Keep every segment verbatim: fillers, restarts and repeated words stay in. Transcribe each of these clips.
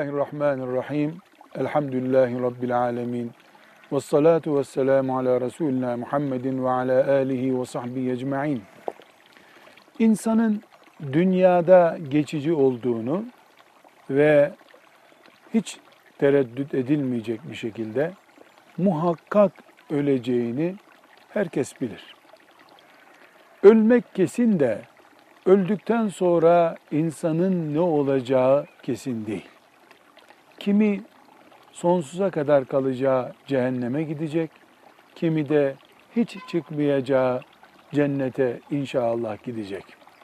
Bismillahirrahmanirrahim. Elhamdülillahi Rabbil alemin. Vessalatu vesselamu ala Resulina Muhammedin ve ala alihi ve sahbihi ecma'in. İnsanın dünyada geçici olduğunu ve hiç tereddüt edilmeyecek bir şekilde muhakkak öleceğini herkes bilir. Ölmek kesin de öldükten sonra insanın ne olacağı kesin değil. Kimi sonsuza kadar kalacağı cehenneme gidecek, kimi de hiç çıkmayacağı cennete inşallah gidecek.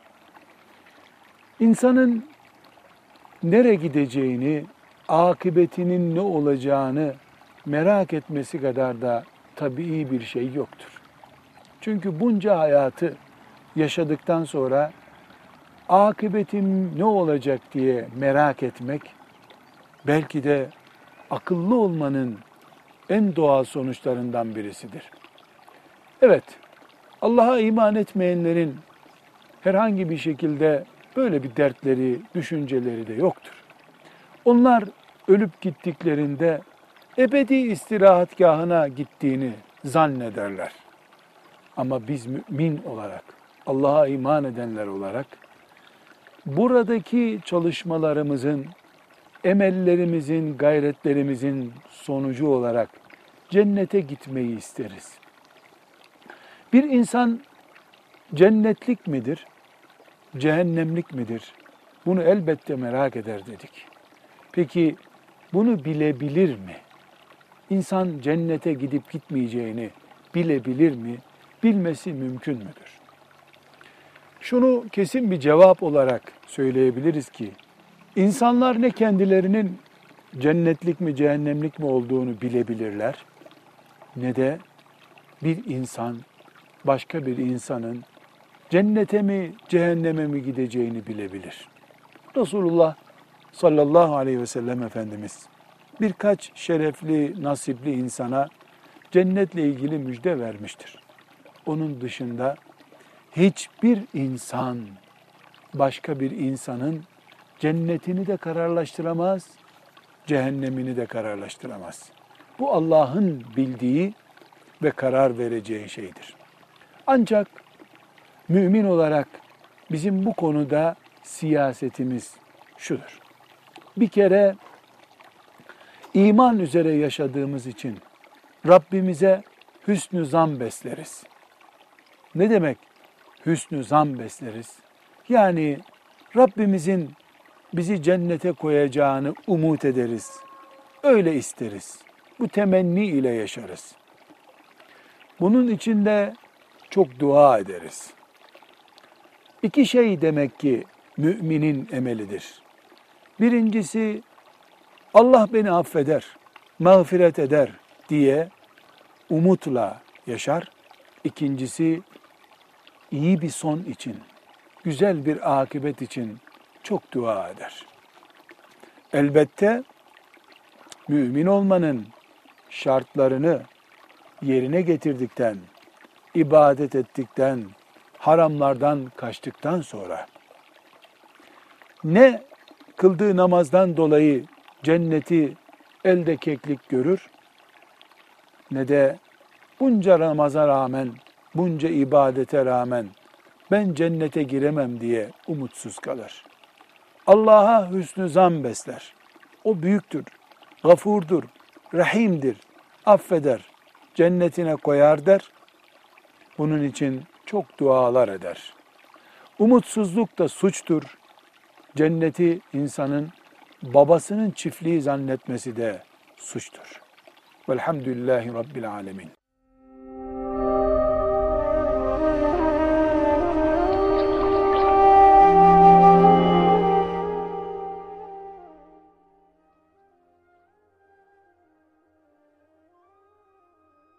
İnsanın nereye gideceğini, akıbetinin ne olacağını merak etmesi kadar da tabii bir şey yoktur. Çünkü bunca hayatı yaşadıktan sonra akıbetim ne olacak diye merak etmek belki de akıllı olmanın en doğal sonuçlarından birisidir. Evet, Allah'a iman etmeyenlerin herhangi bir şekilde böyle bir dertleri, düşünceleri de yoktur. Onlar ölüp gittiklerinde ebedi istirahatgahına gittiğini zannederler. Ama biz mümin olarak, Allah'a iman edenler olarak buradaki çalışmalarımızın, emellerimizin, gayretlerimizin sonucu olarak cennete gitmeyi isteriz. Bir insan cennetlik midir, cehennemlik midir? Bunu elbette merak eder dedik. Peki bunu bilebilir mi? İnsan cennete gidip gitmeyeceğini bilebilir mi? Bilmesi mümkün müdür? Şunu kesin bir cevap olarak söyleyebiliriz ki, insanlar ne kendilerinin cennetlik mi, cehennemlik mi olduğunu bilebilirler, ne de bir insan, başka bir insanın cennete mi, cehenneme mi gideceğini bilebilir. Resulullah sallallahu aleyhi ve sellem Efendimiz birkaç şerefli, nasipli insana cennetle ilgili müjde vermiştir. Onun dışında hiçbir insan başka bir insanın cennetini de kararlaştıramaz, cehennemini de kararlaştıramaz. Bu Allah'ın bildiği ve karar vereceği şeydir. Ancak mümin olarak bizim bu konuda siyasetimiz şudur. Bir kere iman üzere yaşadığımız için Rabbimize hüsnü zan besleriz. Ne demek hüsnü zan besleriz? Yani Rabbimizin bizi cennete koyacağını umut ederiz. Öyle isteriz. Bu temenni ile yaşarız. Bunun için de çok dua ederiz. İki şey demek ki müminin emelidir. Birincisi Allah beni affeder, mağfiret eder diye umutla yaşar. İkincisi iyi bir son için, güzel bir akıbet için çok dua eder. Elbette mümin olmanın şartlarını yerine getirdikten, ibadet ettikten, haramlardan kaçtıktan sonra ne kıldığı namazdan dolayı cenneti elde keklik görür, ne de bunca namaza rağmen, bunca ibadete rağmen ben cennete giremem diye umutsuz kalır. Allah'a hüsnü zan besler. O büyüktür, gafurdur, rahimdir, affeder, cennetine koyar der. Bunun için çok dualar eder. Umutsuzluk da suçtur. Cenneti insanın babasının çiftliği zannetmesi de suçtur. Velhamdülillahi Rabbil alemin.